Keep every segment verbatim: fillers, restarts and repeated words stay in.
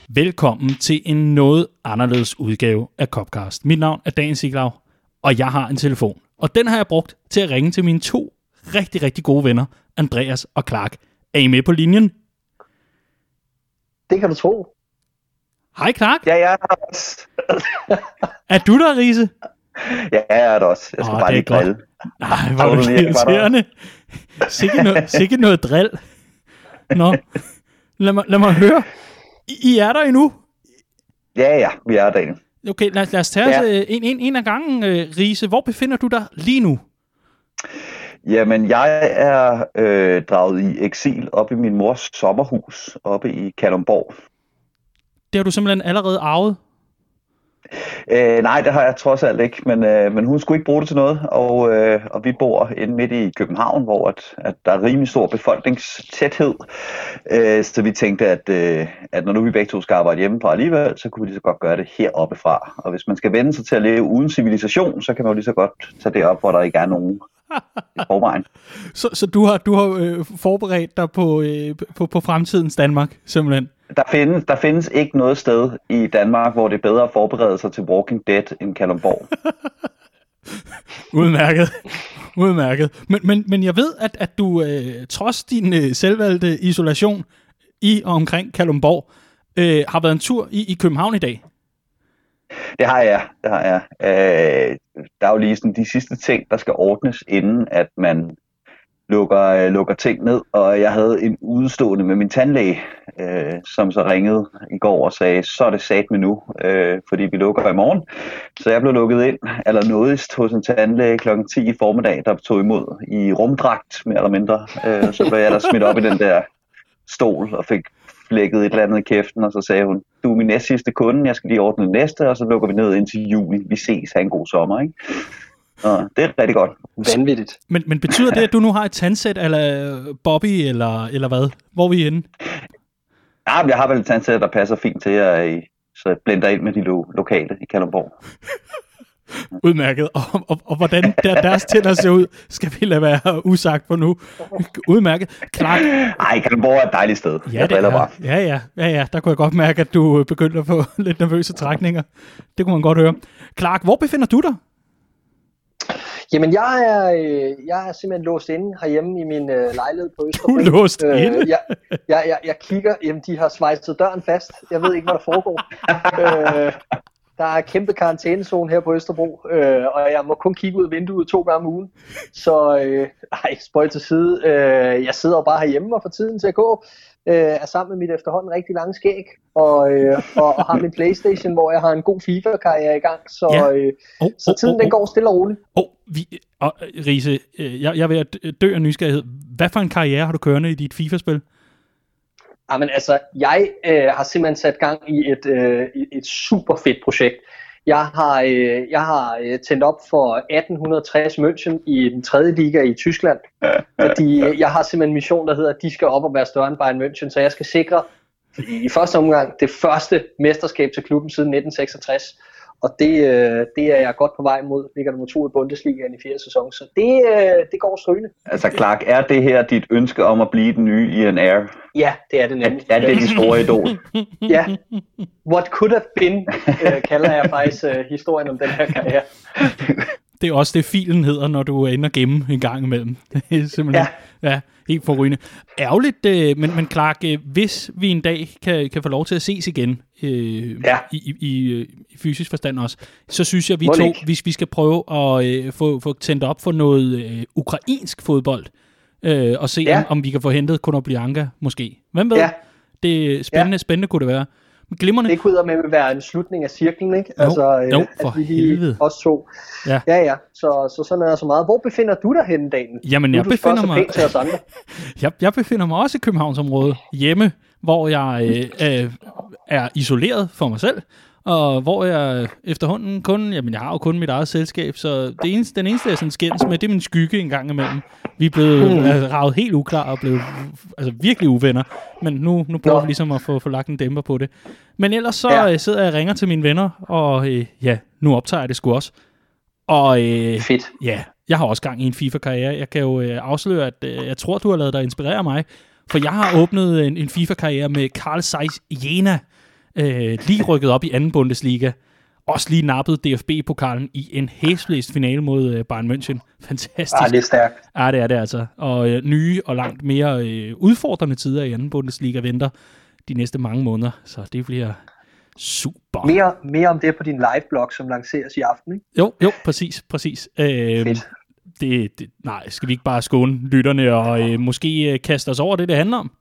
Velkommen til en noget anderledes udgave af Copcast. Mit navn er Dan Siglau, og jeg har en telefon. Og den har jeg brugt til at ringe til mine to rigtig, rigtig gode venner, Andreas og Clark. Er I med på linjen? Det kan du tro. Hej Clark. Ja, jeg er der også. Er du der, Riese? Ja, jeg er der også. Jeg skal Åh, bare lige drille. Nej, hvor er du irriterende. Sikke noget, sikke noget drill. Nå, lad mig, lad mig høre. I, I er der endnu? Ja, ja, vi er der endnu. Okay, lad, lad os tage ja. os en, en, en af gangen, Riese. Hvor befinder du dig lige nu? Jamen, jeg er øh, draget i eksil op i min mors sommerhus oppe i Kalundborg. Det har du simpelthen allerede arvet? Øh, nej, det har jeg trods alt ikke, men, øh, men hun skulle ikke bruge det til noget, og, øh, og vi bor inde midt i København, hvor at, at der er rimelig stor befolkningstæthed, øh, så vi tænkte, at, øh, at når nu vi begge to skal arbejde hjemmefra alligevel, så kunne vi lige så godt gøre det heroppe fra. Og hvis man skal vende sig til at leve uden civilisation, så kan man jo lige så godt tage det op, hvor der ikke er nogen i forvejen. Så, så du har, du har øh, forberedt dig på, øh, på, på fremtidens Danmark, simpelthen? Der findes, der findes ikke noget sted i Danmark, hvor det er bedre at forberede sig til Walking Dead end Kalundborg. Udmærket. Udmærket. Men, men, men jeg ved, at, at du øh, trods din øh, selvvalgte isolation i og omkring Kalundborg, øh, har været en tur i, i København i dag. Det har jeg, det har jeg. Øh, der er jo lige sådan de sidste ting, der skal ordnes, inden at man lukker, øh, lukker ting ned. Og jeg havde en udstående med min tandlæge, øh, som så ringede i går og sagde, så er det satme nu, øh, fordi vi lukker i morgen. Så jeg blev lukket ind, eller nådigst hos en tandlæge klokken ti i formiddag, der tog imod i rumdragt, mere eller mindre. Øh, så blev jeg der smidt op i den der stol og fik flækket et eller andet i kæften, og så sagde hun, du er min næst sidste kunde, jeg skal lige ordne den næste, og så lukker vi ned indtil juli. Vi ses, have en god sommer, ikke? Og det er rigtig godt. Vanvittigt. Men, men betyder det, at du nu har et tandsæt, eller Bobby, eller, eller hvad? Hvor er vi henne? Ja, jeg har vel et tandsæt, der passer fint til jer, så jeg blender ind med de lo- lokale i Kalundborg. Udmærket. Og, og, og hvordan der, deres tænder ser ud, skal vi lade være usagt på nu. Udmærket. Clark. Ej, Kalundborg er et dejligt sted. Ja, det er. Bare. Ja, ja, ja, ja. Der kunne jeg godt mærke, at du begyndte at få lidt nervøse trækninger. Det kunne man godt høre. Clark, hvor befinder du dig? Jamen, jeg er, øh, jeg er simpelthen låst inde herhjemme i min øh, lejlighed på Østerbro. Du er låst øh, inde? Jeg, jeg, jeg, jeg kigger, jamen de har svejset døren fast. Jeg ved ikke, hvad der foregår. øh, der er kæmpe karantænezone her på Østerbro, øh, og jeg må kun kigge ud af vinduet to gange om ugen. Så, øh, ej, spøj til side. Øh, jeg sidder jo bare herhjemme og får tiden til at gå. Øh, er sammen med mit efterhånden rigtig lange skæg, og, øh, og, og har min PlayStation, hvor jeg har en god FIFA-karriere i gang, så, ja. øh, oh, så tiden oh, oh, den går stille og roligt. Oh, vi, oh, Riese, jeg, jeg er ved at dø af nysgerrighed. Hvad for en karriere har du kørende i dit FIFA-spil? Jamen altså, jeg øh, har simpelthen sat gang i et, øh, et super fedt projekt. Jeg har, øh, jeg har øh, tændt op for atten tres München i den tredje liga i Tyskland, fordi øh, jeg har simpelthen en mission, der hedder, at de skal op og være større end Bayern München, så jeg skal sikre i første omgang det første mesterskab til klubben siden nitten seksogtres, og det, øh, det er jeg godt på vej mod. Ligger nummer to i Bundesligaen i fjerde sæson, så det, øh, det går strygende. Altså Clark, er det her dit ønske om at blive den nye Ian Ayre? Ja, det er det nemlig. Er, er det dit store idol? Ja, what could have been, øh, kalder jeg faktisk øh, historien om den her karriere. Det er også det, filen hedder, når du er inde og gemme en gang imellem. Det er simpelthen ja. Ja, helt forrygende. Ærgerligt, øh, men, men Clark, øh, hvis vi en dag kan, kan få lov til at ses igen, øh, ja. i, i, i, i fysisk forstand også, så synes jeg, at vi to, hvis vi skal prøve at øh, få, få tændt op for noget øh, ukrainsk fodbold, øh, og se, ja. om, om vi kan få hentet Konoplyanka måske. Hvem ved? Ja. Det er spændende, ja. spændende kunne det være. Glimrende. Det kunne med være en slutning af cirklen, ikke? Jo, altså, øh, jo for at vi helvede. Os to. Ja, ja. ja. Så, så sådan er der så meget. Hvor befinder du dig henne, Daniel? Jamen, jeg befinder mig... til os andre. jeg, jeg befinder mig også i Københavnsområdet hjemme, hvor jeg øh, øh, er isoleret for mig selv, og hvor jeg efterhånden kun... Jamen, jeg har jo kun mit eget selskab, så det eneste, den eneste, jeg sådan skændes med, det er min skygge en gang imellem. Vi er blevet mm. altså, ravet helt uklar og blevet altså, virkelig uvenner. Men nu, nu prøver Nå. vi ligesom at få, få lagt en dæmper på det. Men ellers så ja. øh, sidder jeg og ringer til mine venner, og øh, ja, nu optager jeg det sgu også. Og øh, fedt. Ja, jeg har også gang i en FIFA-karriere. Jeg kan jo øh, afsløre, at øh, jeg tror, du har lavet dig inspirere mig. For jeg har åbnet en, en FIFA-karriere med Carl Zeiss Jena. øh, lige rykket op i anden Bundesliga. Også lige nappet D F B-pokalen i en hæsblæst finale mod øh, Bayern München. Fantastisk. Ja, det er stærkt. Ja, det er det altså. Og øh, nye og langt mere øh, udfordrende tider i anden Bundesliga venter de næste mange måneder. Så det bliver super. Mere, mere om det på din live-blog, som lanceres i aften, ikke? Jo, jo, præcis, præcis. Øh, det, det, nej, skal vi ikke bare skåne lytterne og øh, måske øh, kaste os over det, det handler om?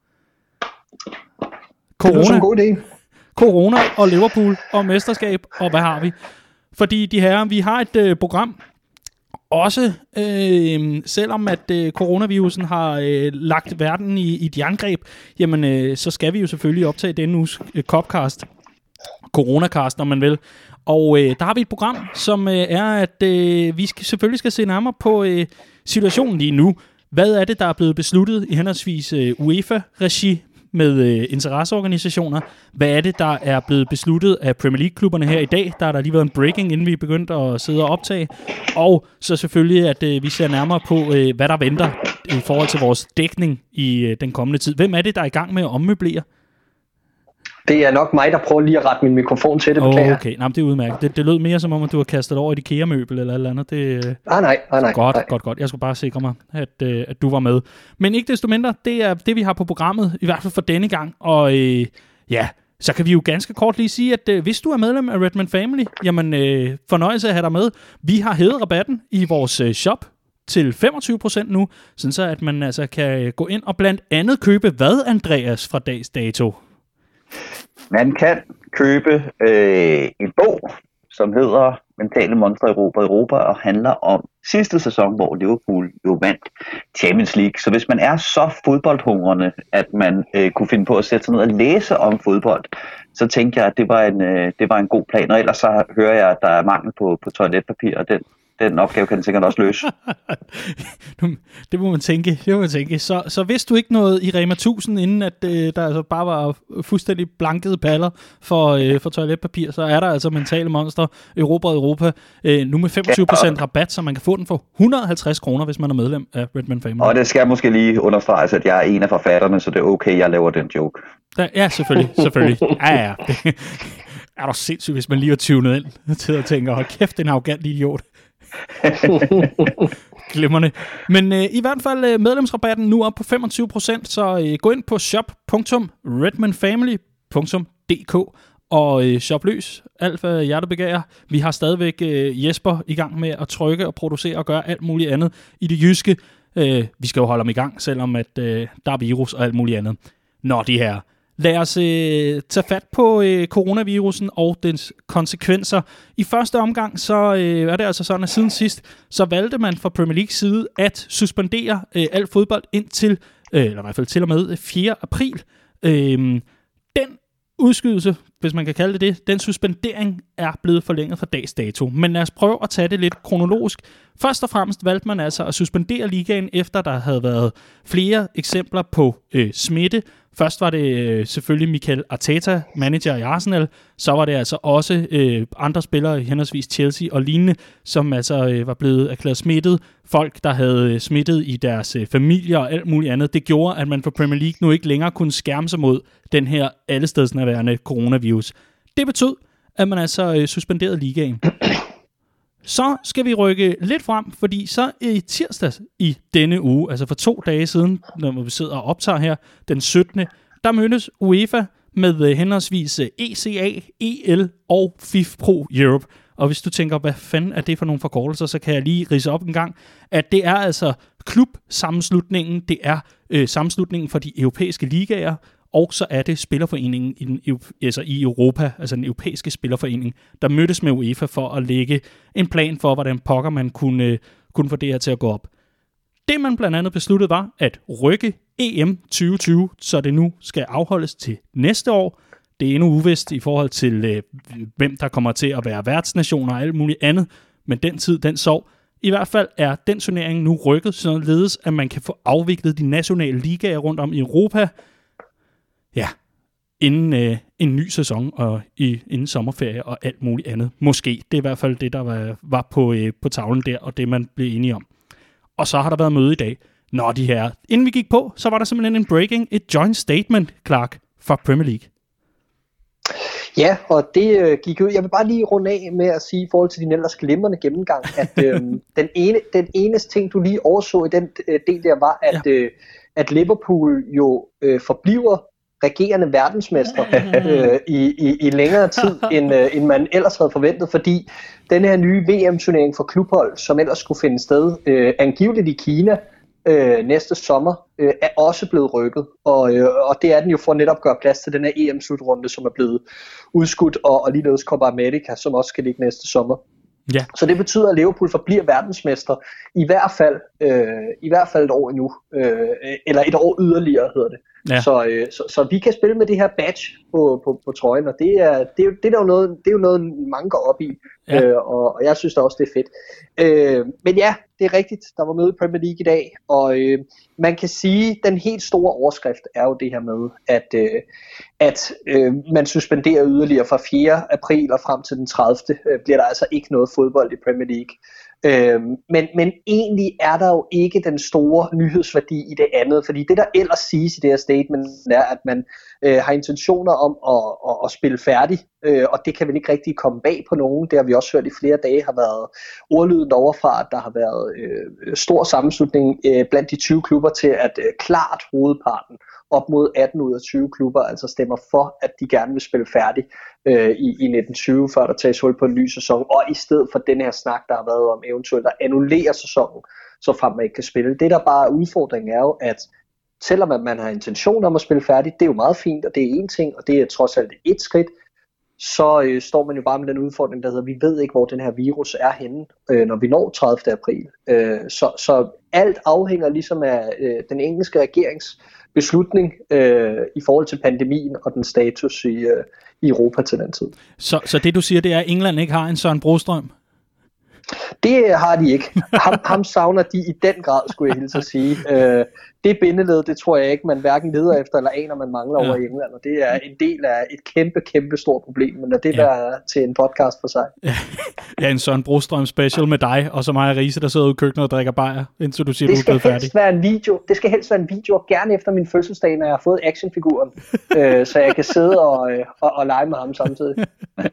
Corona. Det er en god idé. Corona og Liverpool og mesterskab, og hvad har vi? Fordi de her, vi har et øh, program, også øh, selvom at øh, coronavirusen har øh, lagt verden i, i et jerngreb, jamen øh, så skal vi jo selvfølgelig optage denne uges øh, Copcast, Coronacast, når man vil. Og øh, der har vi et program, som øh, er, at øh, vi skal, selvfølgelig skal se nærmere på øh, situationen lige nu. Hvad er det, der er blevet besluttet i henholdsvis øh, UEFA-regi med øh, interesseorganisationer? Hvad er det, der er blevet besluttet af Premier League-klubberne her i dag? Der har der lige været en breaking, inden vi begyndte at sidde og optage. Og så selvfølgelig, at øh, vi ser nærmere på, øh, hvad der venter i forhold til vores dækning i øh, den kommende tid. Hvem er det, der er i gang med at ommøblere? Det er nok mig, der prøver lige at rette min mikrofon til det, beklager. Oh, okay, nej, det er udmærket. Det, det lød mere som om, at du har kastet over et IKEA-møbel eller eller andet. Det, ah, nej, ah, nej. Godt, nej. godt, godt. Jeg skulle bare sikre mig, at, øh, at du var med. Men ikke desto mindre, det er det, vi har på programmet, i hvert fald for denne gang. Og øh, ja, så kan vi jo ganske kort lige sige, at øh, hvis du er medlem af Redman Family, jamen øh, fornøjelse at have dig med. Vi har hævet rabatten i vores øh, shop til femogtyve procent nu, sådan så at man altså kan gå ind og blandt andet købe hvad, Andreas, fra dags dato? Man kan købe øh, en bog, som hedder Mentale Monstre i Europa, Europa og handler om sidste sæson, hvor Liverpool jo vandt Champions League. Så hvis man er så fodboldhungrende, at man øh, kunne finde på at sætte sig ned og læse om fodbold, så tænker jeg, at det var en, øh, det var en god plan. Og ellers så hører jeg, at der er mangel på, på toiletpapir, og den Den opgave kan den sikkert også løse. Det må man tænke. Det må man tænke. Så, så hvis du ikke nåede i Rema tusind, inden at øh, der altså bare var fuldstændig blankede paller for, øh, for toiletpapir, så er der altså Mentale Monstre Europa Europa øh, nu med femogtyve procent ja, rabat, så man kan få den for et hundrede og halvtreds kroner, hvis man er medlem af Redman Family. Og det skal måske lige understreges, at jeg er en af forfatterne, så det er okay, jeg laver den joke. Da, ja, selvfølgelig. selvfølgelig. Ja, ja. Er du sindssygt, hvis man lige har tunet ind til at tænke, hold kæft, den arrogant idiot. Glimrende. Men øh, i hvert fald øh, medlemsrabatten nu op på femogtyve procent, så øh, gå ind på shop punktum redmanfamily punktum d k og øh, shop løs alt hvad hjertet begærer. Vi har stadigvæk øh, Jesper i gang med at trykke og producere og gøre alt muligt andet i det jyske. Øh, vi skal jo holde ham i gang, selvom at øh, der er virus og alt muligt andet. Nå, de her. Lad os øh, tage fat på øh, coronavirusen og dens konsekvenser. I første omgang, så øh, er det altså sådan, at siden sidst, så valgte man fra Premier Leagues side at suspendere øh, alt fodbold indtil, øh, eller i hvert fald til og med fjerde april. Øh, den udskydelse, hvis man kan kalde det det, den suspendering er blevet forlænget fra dags dato. Men lad os prøve at tage det lidt kronologisk. Først og fremmest valgte man altså at suspendere ligaen, efter der havde været flere eksempler på øh, smitte. Først var det øh, selvfølgelig Mikel Arteta, manager i Arsenal. Så var det altså også øh, andre spillere, henholdsvis Chelsea og lignende, som altså øh, var blevet erklæret smittet. Folk, der havde øh, smittet i deres øh, familier og alt muligt andet. Det gjorde, at man for Premier League nu ikke længere kunne skærme sig mod den her allestedsnærværende coronavirus. Det betød, at man altså øh, suspenderede ligaen. Så skal vi rykke lidt frem, fordi så i tirsdags i denne uge, altså for to dage siden, når vi sidder og optager her, den syttende, der mødtes UEFA med henholdsvis E C A, E L og F I F Pro Europe. Og hvis du tænker, hvad fanden er det for nogle forkortelser, så kan jeg lige ridse op en gang, at det er altså klubsammenslutningen, det er øh, sammenslutningen for de europæiske ligaer, og så er det spillerforeningen i, den, altså i Europa, altså den europæiske spillerforening, der mødtes med UEFA for at lægge en plan for, hvordan pokker man kunne, kunne få det her til at gå op. Det man blandt andet besluttede var at rykke E M tyve tyve, så det nu skal afholdes til næste år. Det er endnu uvist i forhold til, øh, hvem der kommer til at være værtsnationer og alt muligt andet, men den tid, den sov. I hvert fald er den turnering nu rykket, således at man kan få afviklet de nationale ligaer rundt om i Europa, ja, inden øh, en ny sæson og i, inden sommerferie og alt muligt andet. Måske. Det er i hvert fald det, der var, var på, øh, på tavlen der, og det man blev enige om. Og så har der været møde i dag. Nå, de her. Inden vi gik på, så var der simpelthen en breaking, et joint statement, Clark, fra Premier League. Ja, og det øh, gik ud. Jeg vil bare lige runde af med at sige i forhold til din ellers glimrende gennemgang, at øh, den, ene, den eneste ting, du lige overså i den øh, del der, var, at, ja. øh, at Liverpool jo øh, forbliver regerende verdensmester øh, i, i, i længere tid, end, øh, end man ellers havde forventet, fordi den her nye V M-turnering for klubhold, som ellers skulle finde sted øh, angiveligt i Kina øh, næste sommer, øh, er også blevet rykket, og, øh, og det er den jo for netop at gøre plads til den her E M-slutrunde, som er blevet udskudt, og, og ligeledes Copa America, som også skal ligge næste sommer. Ja. Så det betyder, at Liverpool forbliver verdensmester i hvert fald øh, i hvert fald et år endnu, øh, eller et år yderligere hedder det. Ja. Så, øh, så, så vi kan spille med det her badge på, på, på trøjen, og det er, det, er jo, det, er jo noget, det er jo noget, mange går op i, ja. øh, og, og jeg synes da også, det er fedt. Øh, men ja, det er rigtigt, der var møde i Premier League i dag, og øh, man kan sige, at den helt store overskrift er jo det her med, at, øh, at øh, man suspenderer yderligere fra fjerde april og frem til den tredivte Øh, bliver der altså ikke noget fodbold i Premier League. Øhm, men, men egentlig er der jo ikke den store nyhedsværdi i det andet, fordi det der ellers siges i det her statement er, at man øh, har intentioner om at, at, at spille færdig, øh, og det kan vel ikke rigtig komme bag på nogen. Det har vi også hørt i flere dage har været ordlyden overfra, at der har været øh, stor sammenslutning øh, blandt de tyve klubber til, at øh, klart hovedparten op mod atten ud af tyve klubber altså stemmer for, at de gerne vil spille færdig øh, i, i nitten tyve, før der tages hul på en ny sæson, og i stedet for den her snak, der har været om eventuelt at annullere sæsonen, så frem man ikke kan spille. Det der bare er udfordringen er jo, at selvom at man har intention om at spille færdig, det er jo meget fint, og det er en ting, og det er trods alt et skridt, så øh, står man jo bare med den udfordring, der hedder, vi ved ikke, hvor den her virus er henne, øh, når vi når tredivte april. Øh, så, så alt afhænger ligesom af øh, den engelske regerings beslutning øh, i forhold til pandemien og den status i, øh, i Europa til den tid. Så, så det du siger, det er, at England ikke har en Søren Brostrøm? Det har de ikke. Ham, ham savner de i den grad, skulle jeg hilse at sige. Øh, det bindeled, det tror jeg ikke, man hverken leder efter eller aner, man mangler ja. over i England, og det er en del af et kæmpe, kæmpe stort problem, men det ja. der er til en podcast for sig. Ja, ja en Søren Brostrøm special med dig, og så mig og Riese, der sidder ude i køkkenet og drikker bajer, indtil du siger, det du er blevet færdig. Være en video. Det skal helst være en video, og gerne efter min fødselsdag, når jeg har fået actionfiguren, øh, så jeg kan sidde og, øh, og, og lege med ham samtidig.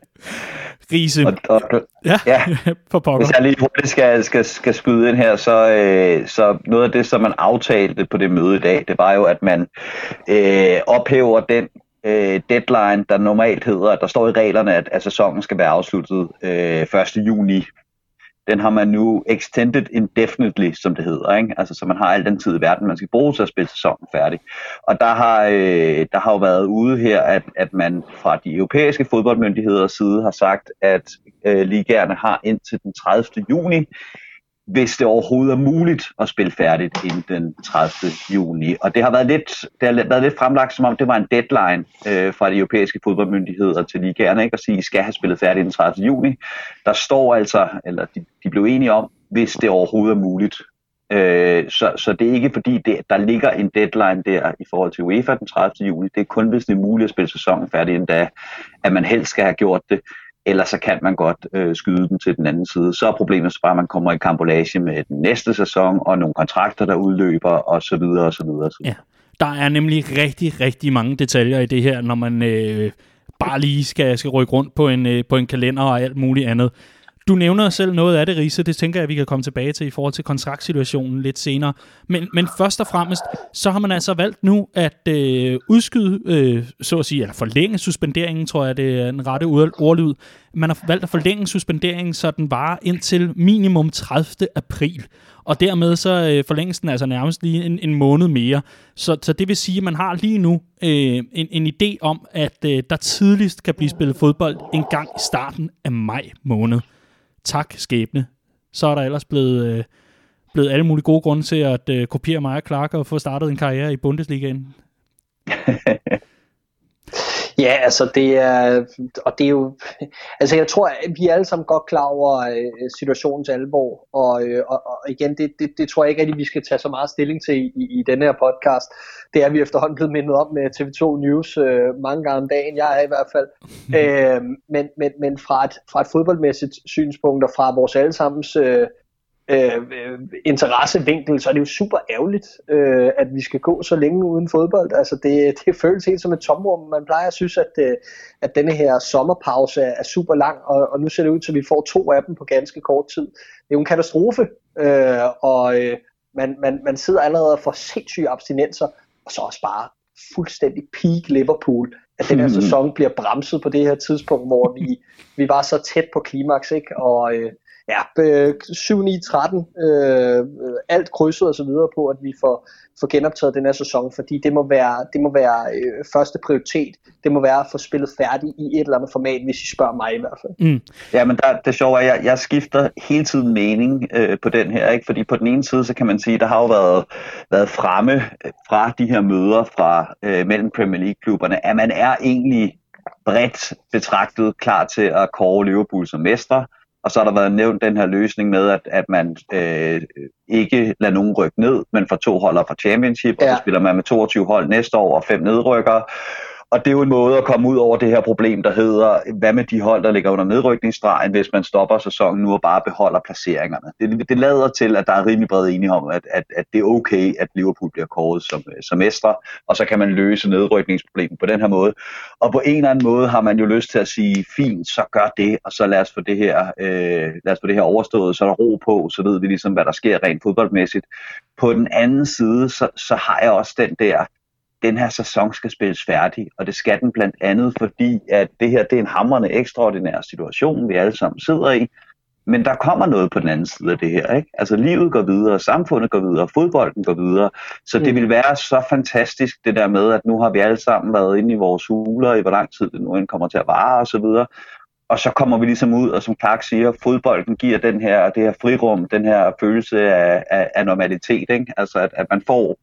Riese. Og, og, ja, ja. for pokker. Hvis jeg lige hurtigt skal, skal, skal skyde ind her, så, øh, så noget af det, som man aftalte på det møde i dag, det var jo, at man øh, ophæver den øh, deadline, der normalt hedder, at der står i reglerne, at, at sæsonen skal være afsluttet øh, første juni. Den har man nu extended indefinitely, som det hedder, ikke? Altså, så man har al den tid i verden, man skal bruge til at spille sæsonen færdig. Og der har, øh, der har jo været ude her, at, at man fra de europæiske fodboldmyndigheders side har sagt, at øh, ligaerne har indtil den tredivte juni, hvis det overhovedet er muligt at spille færdigt inden den tredivte juni. Og det har været lidt, det har været lidt fremlagt, som om det var en deadline øh, fra de europæiske fodboldmyndigheder til ligaerne, ikke? At sige, at I skal have spillet færdigt den tredivte juni. Der står altså, eller de, de blev enige om, hvis det overhovedet er muligt. Øh, så, så det er ikke fordi, det, der ligger en deadline der i forhold til UEFA den tredivte juni. Det er kun, hvis det er muligt at spille sæsonen færdig inden da, at man helst skal have gjort det. Ellers så kan man godt øh, skyde den til den anden side. Så er problemet så bare, at man kommer i karambolage med den næste sæson, og nogle kontrakter, der udløber, og så videre, og så videre. Og så videre. Ja, der er nemlig rigtig, rigtig mange detaljer i det her, når man øh, bare lige skal, skal rykke rundt på en, øh, på en kalender og alt muligt andet. Du nævner selv noget af det, Riese. Det tænker jeg, vi kan komme tilbage til i forhold til kontraktsituationen lidt senere. Men, men først og fremmest, så har man altså valgt nu at øh, udskyde, øh, så at sige, eller forlænge suspenderingen, tror jeg, det er en rette ordlyd. Man har valgt at forlænge suspenderingen, så den varer indtil minimum tredivte april. Og dermed så øh, forlænges den altså nærmest lige en, en måned mere. Så, så det vil sige, at man har lige nu øh, en, en idé om, at øh, der tidligst kan blive spillet fodbold en gang i starten af maj måned. Tak, skæbne. Så er der ellers blevet, øh, blevet alle mulige gode grunde til at øh, kopiere mig og Clark og få startet en karriere i Bundesligaen. Ja, altså det er, og det er jo, altså jeg tror, at vi er alle sammen godt klar over øh, situationens alvor, og, øh, og, og igen, det, det, det tror jeg ikke, at vi skal tage så meget stilling til i, i denne her podcast. Det er vi efterhånden blevet mindet om med T V to News øh, mange gange om dagen, jeg er i hvert fald. øh, men men, men fra, et, fra et fodboldmæssigt synspunkt, og fra vores allesammens øh, øh, interessevinkel, så er det jo super ærgerligt, øh, at vi skal gå så længe uden fodbold. Altså det, det føles helt som et tomrum. Man plejer at synes, at, øh, at denne her sommerpause er, er super lang, og, og nu ser det ud til, at vi får to af dem på ganske kort tid. Det er jo en katastrofe, øh, og øh, man, man, man sidder allerede og får sindssyge abstinenser, og så også bare fuldstændig peak Liverpool, at den her mm. sæson bliver bremset på det her tidspunkt, hvor vi, vi var så tæt på klimaks, ikke? Og øh, ja, øh, syv ni tretten, øh, alt krydset og så videre på, at vi får, får genoptaget den her sæson, fordi det må være, det må være øh, første prioritet. Det må være at få spillet færdigt i et eller andet format, hvis I spørger mig i hvert fald. Mm. Ja, men der, det sjove er, at jeg, jeg skifter hele tiden mening øh, på den her, ikke? Fordi på den ene side, så kan man sige, der har jo været, været fremme fra de her møder fra øh, mellem Premier League-klubberne, at man er egentlig bredt betragtet klar til at kåre Liverpool som mestre. Og så har der været nævnt den her løsning med, at, at man øh, ikke lader nogen rykke ned, men får to holder fra Championship, ja. Og så spiller man med toogtyve hold næste år og fem nedrykkere. Og det er jo en måde at komme ud over det her problem, der hedder, hvad med de hold, der ligger under nedrykningsstregen, hvis man stopper sæsonen nu og bare beholder placeringerne. Det, det lader til, at der er rimelig bred enighed om, at, at, at det er okay, at Liverpool bliver kåret som, som mestre, og så kan man løse nedrykningsproblemet på den her måde. Og på en eller anden måde har man jo lyst til at sige, fint, så gør det, og så lad os få det her, øh, lad os få det her overstået, så er der ro på, så ved vi ligesom, hvad der sker rent fodboldmæssigt. På den anden side, så, så har jeg også den der, den her sæson skal spilles færdig, og det skal den blandt andet, fordi at det her det er en hamrende ekstraordinær situation, vi alle sammen sidder i, men der kommer noget på den anden side af det her, ikke? Altså livet går videre, samfundet går videre, fodbolden går videre, så det mm. vil være så fantastisk det der med, at nu har vi alle sammen været inde i vores huler i hvor lang tid det nu end kommer til at vare og så videre, og så kommer vi ligesom ud, og som Clark siger, fodbolden giver den her, det her frirum, den her følelse af, af, af normalitet, ikke? Altså at, at man får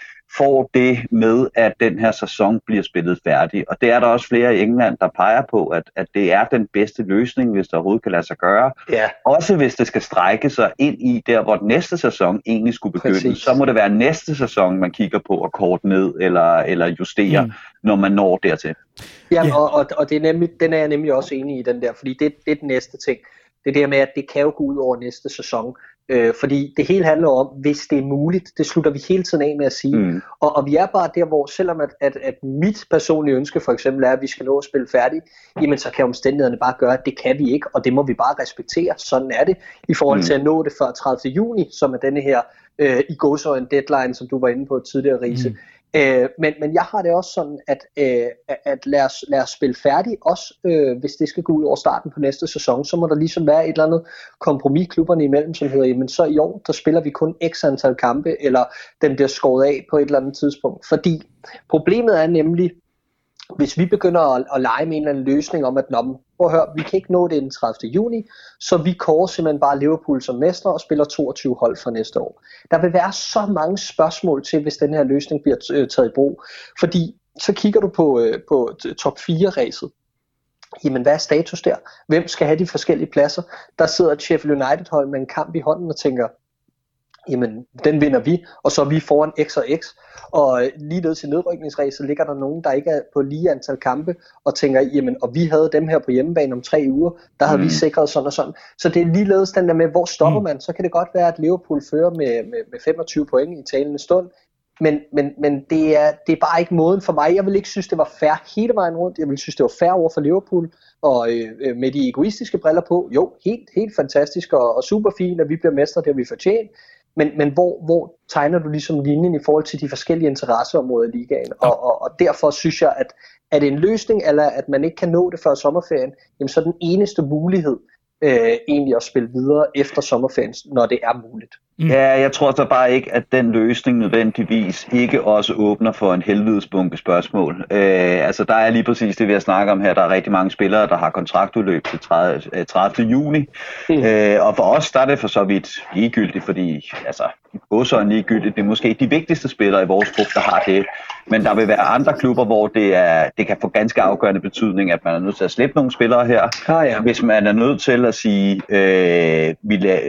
får det med, at den her sæson bliver spillet færdig. Og det er der også flere i England, der peger på, at, at det er den bedste løsning, hvis det overhovedet kan lade sig gøre. Ja. Også hvis det skal strække sig ind i der, hvor den næste sæson egentlig skulle begynde. Præcis. Så må det være næste sæson, man kigger på at korte ned eller, eller justere, mm. når man når dertil. Ja, yeah. og, og, og det er nemlig, den er jeg nemlig også enig i, den der, fordi det, det er den næste ting. Det er det med, at det kan jo gå ud over næste sæson. Øh, fordi det hele handler om, hvis det er muligt, det slutter vi hele tiden af med at sige. Mm. Og, og vi er bare der, hvor selvom at, at, at mit personlige ønske for eksempel er, at vi skal nå at spille færdigt, jamen så kan omstændighederne bare gøre, at det kan vi ikke, og det må vi bare respektere. Sådan er det, i forhold til mm. at nå det før tredivte juni, som er denne her øh, i gåseøjne deadline, som du var inde på tidligere, Riese. Mm. Øh, men, men jeg har det også sådan, at, øh, at lad, os, lad os spille færdigt, også øh, hvis det skal gå ud over starten på næste sæson, så må der ligesom være et eller andet kompromis klubberne imellem, som hedder, jamen så i år, der spiller vi kun x antal kampe, eller den bliver skåret af på et eller andet tidspunkt. Fordi problemet er nemlig, hvis vi begynder at, at lege med en eller anden løsning om, at nå, prøv at høre, vi kan ikke nå det den tredivte juni, så vi kårer simpelthen bare Liverpool som mestre og spiller toogtyve hold for næste år. Der vil være så mange spørgsmål til, hvis den her løsning bliver taget i brug. Fordi så kigger du på, på top fire-ræset. Jamen, hvad er status der? Hvem skal have de forskellige pladser? Der sidder et Sheffield United-hold med en kamp i hånden og tænker, jamen, den vinder vi, og så er vi foran x og x. Og lige ned til nedrykningsræset ligger der nogen, der ikke er på lige antal kampe, og tænker, jamen, og vi havde dem her på hjemmebane om tre uger, der havde mm. vi sikret sådan og sådan. Så det er ligeledes den der med, hvor stopper mm. man? Så kan det godt være, at Liverpool fører med, med, med femogtyve point i talende stund, men, men, men det, er, det er bare ikke måden for mig. Jeg vil ikke synes, det var fair hele vejen rundt. Jeg vil synes, det var fair over for Liverpool, og øh, med de egoistiske briller på, jo, helt, helt fantastisk og, og super fint, at vi bliver mestre, det har vi fortjent. Men, men hvor, hvor tegner du ligesom linjen i forhold til de forskellige interesseområder i ligaen? Og, og, og derfor synes jeg, at er det en løsning, eller at man ikke kan nå det før sommerferien, jamen så er den eneste mulighed øh, egentlig at spille videre efter sommerferien, når det er muligt. Mm. Ja, jeg tror så bare ikke, at den løsning nødvendigvis ikke også åbner for en helvedesbunke spørgsmål. Øh, altså der er lige præcis det, vi har snakket om her. Der er rigtig mange spillere, der har kontraktudløb til tredivte juni. Mm. Øh, og for os, der er det for så vidt ligegyldigt, fordi altså, også er ligegyldigt. Det er måske de vigtigste spillere i vores gruppe, der har det. Men der vil være andre klubber, hvor det, er, det kan få ganske afgørende betydning, at man er nødt til at slippe nogle spillere her. Ah, ja. Hvis man er nødt til at sige, øh, vi lader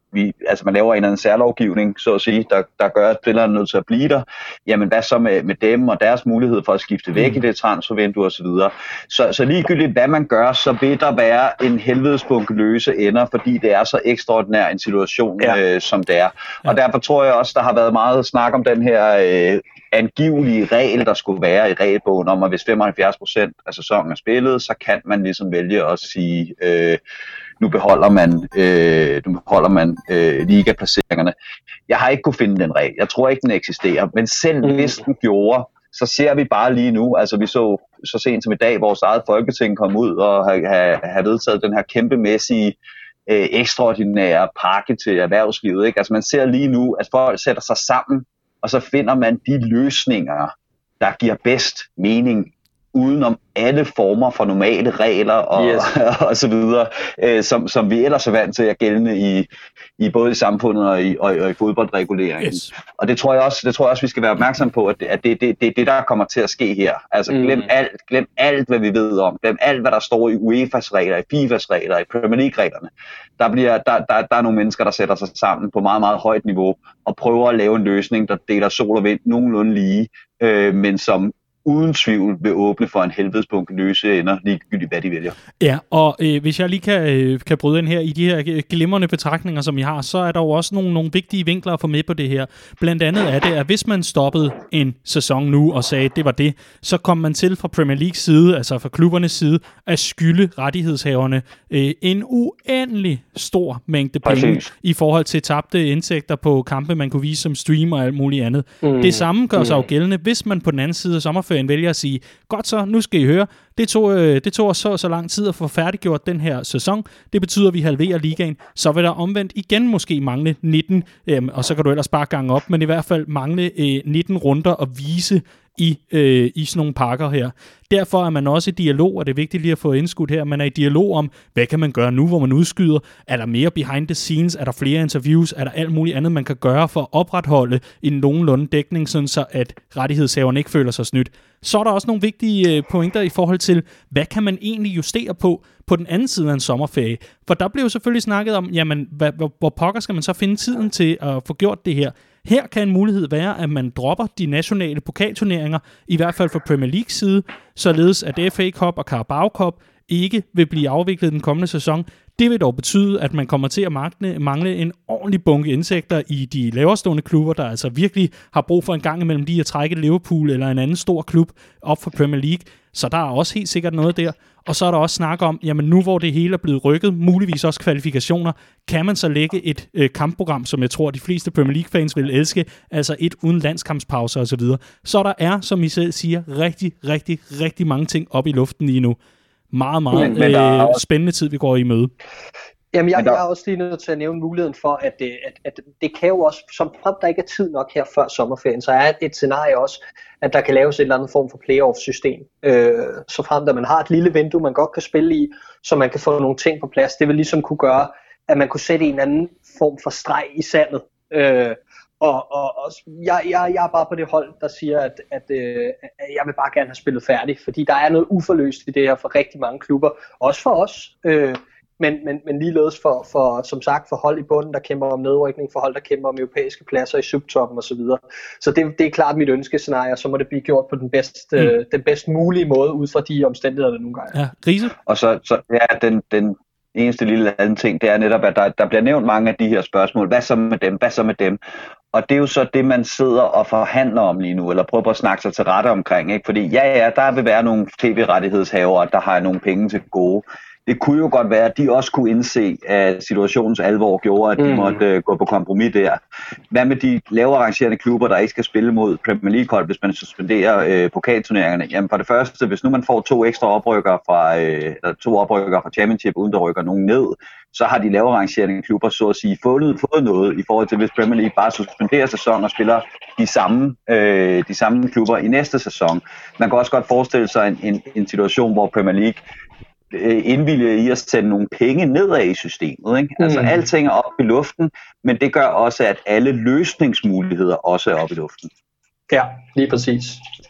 vi, altså man laver en eller anden særlovgivning, så at sige, der, der gør, at spillerne er nødt til at blive der. Jamen hvad så med, med dem og deres mulighed for at skifte væk mm. i det transfervindue og så videre. Så, så ligegyldigt hvad man gør, så vil der være en helvedesbunke løse ender, fordi det er så ekstraordinær en situation, ja. øh, som det er. Og ja. Derfor tror jeg også, der har været meget snak om den her øh, angivelige regel, der skulle være i regelbogen om, at hvis femoghalvfjerds procent af sæsonen er spillet, så kan man ligesom vælge at sige, øh, nu beholder man, øh, nu beholder man øh, ligaplaceringerne. Jeg har ikke kunne finde den regel. Jeg tror ikke, den eksisterer. Men selv mm. hvis den gjorde, så ser vi bare lige nu, altså vi så så sent som i dag, vores eget Folketing kom ud og har, har, har vedtaget den her kæmpemæssige øh, ekstraordinære pakke til erhvervslivet. Ikke? Altså man ser lige nu, at folk sætter sig sammen, og så finder man de løsninger, der giver bedst mening, udenom alle former for normale regler og, yes. og så videre, øh, som, som vi ellers er vant til at gældende i, i både i samfundet og i, og, og i fodboldreguleringen. Yes. Og det tror jeg også, det tror jeg også, vi skal være opmærksom på, at det er det, det, det, det, der kommer til at ske her. Altså glem mm. alt, glem alt, hvad vi ved om. Glem alt, hvad der står i UEFA's regler, i FIFA's regler, i Premier League-reglerne. Der, bliver, der, der, der er nogle mennesker, der sætter sig sammen på meget, meget højt niveau og prøver at lave en løsning, der deler sol og vind nogenlunde lige, øh, men som uden tvivl vil åbne for en helvedesbunke løse ender, ligegyldigt hvad de vælger. Ja, og øh, hvis jeg lige kan, øh, kan bryde ind her i de her glimrende betragtninger, som I har, så er der jo også nogle, nogle vigtige vinkler at få med på det her. Blandt andet er det, at hvis man stoppede en sæson nu og sagde, at det var det, så kom man til fra Premier Leagues side, altså fra klubbernes side, at skylde rettighedshaverne øh, en uendelig stor mængde penge Præcis. I forhold til tabte indtægter på kampe, man kunne vise som stream og alt muligt andet. Mm. Det samme gør sig jo gældende, hvis man på den anden side af sommerferien vælger at sige, godt så, nu skal I høre, det tog, øh, det tog os så så lang tid at få færdiggjort den her sæson, det betyder, at vi halverer ligaen, så vil der omvendt igen måske mangle nitten, øh, og så kan du ellers bare gange op, men i hvert fald mangle øh, nitten runder at vise i, øh, i sådan nogle pakker her. Derfor er man også i dialog, og det er vigtigt lige at få indskudt her, man er i dialog om, hvad kan man gøre nu, hvor man udskyder? Er der mere behind the scenes? Er der flere interviews? Er der alt muligt andet, man kan gøre for at opretholde en nogenlunde dækning, sådan så at rettighedshaverne ikke føler sig snydt? Så er der også nogle vigtige pointer i forhold til, hvad kan man egentlig justere på på den anden side af en sommerferie? For der blev jo selvfølgelig snakket om, jamen, hvad, hvor, hvor pokker skal man så finde tiden til at få gjort det her? Her kan en mulighed være, at man dropper de nationale pokalturneringer, i hvert fald fra Premier League side, således at F A Cup og Carabao Cup ikke vil blive afviklet den kommende sæson. Det vil dog betyde, at man kommer til at mangle en ordentlig bunke indtægter i de laverstående klubber, der altså virkelig har brug for en gang imellem de at trække Liverpool eller en anden stor klub op for Premier League. Så der er også helt sikkert noget der. Og så er der også snak om, jamen nu hvor det hele er blevet rykket, muligvis også kvalifikationer, kan man så lægge et øh, kampprogram, som jeg tror, de fleste Premier League-fans vil elske, altså et uden landskampspauser osv. Så, så der er, som I selv siger, rigtig, rigtig, rigtig mange ting op i luften lige nu. Meget, meget men, men øh, også spændende tid, vi går i møde. Jamen, jeg, jeg er også lige nødt til at nævne muligheden for, at det, at, at det kan jo også, som frem der ikke er tid nok her før sommerferien, så er et scenarie også, at der kan laves et eller andet form for playoff-system. Øh, så frem der man har et lille vindue, man godt kan spille i, så man kan få nogle ting på plads. Det vil ligesom kunne gøre, at man kunne sætte en eller anden form for streg i sandet. Øh, og og, og jeg, jeg, jeg er bare på det hold, der siger, at, at, øh, at jeg vil bare gerne have spillet færdigt, fordi der er noget uforløst i det her for rigtig mange klubber, også for os. Øh, Men, men, men ligeledes for, for, som sagt, for hold i bunden, der kæmper om nedrykning, for hold, der kæmper om europæiske pladser i subtoppen osv. Så, videre. Så det, det er klart mit ønskescenarie, så må det blive gjort på den bedst, mm. øh, den bedst mulige måde, ud fra de omstændigheder, der nogle gange er. Ja, Riese? Og så, så ja, den, den eneste lille anden ting, det er netop, at der, der bliver nævnt mange af de her spørgsmål. Hvad så med dem? Hvad så med dem? Og det er jo så det, man sidder og forhandler om lige nu, eller prøver at snakke sig til rette omkring. Ikke? Fordi ja, ja, der vil være nogle tv-rettighedshavere, der har nogle penge til gode. Det kunne jo godt være, at de også kunne indse, at situationens alvor gjorde, at de mm. måtte uh, gå på kompromis der. Hvad med de lavere arrangerende klubber, der ikke skal spille mod Premier League-hold, hvis man suspenderer uh, pokalturneringerne? Jamen for det første, hvis nu man får to ekstra oprykkere fra, uh, eller to oprykkere fra Championship, uden der rykker nogen ned, så har de lavere arrangerende klubber så at sige fået, fået noget i forhold til, hvis Premier League bare suspenderer sæsonen og spiller de samme, øh, de samme klubber i næste sæson. Man kan også godt forestille sig en, en, en situation, hvor Premier League indvillige i at sende nogle penge nedad i systemet. Ikke? Altså mm. alting er oppe i luften, men det gør også, at alle løsningsmuligheder også er oppe i luften. Ja, lige præcis.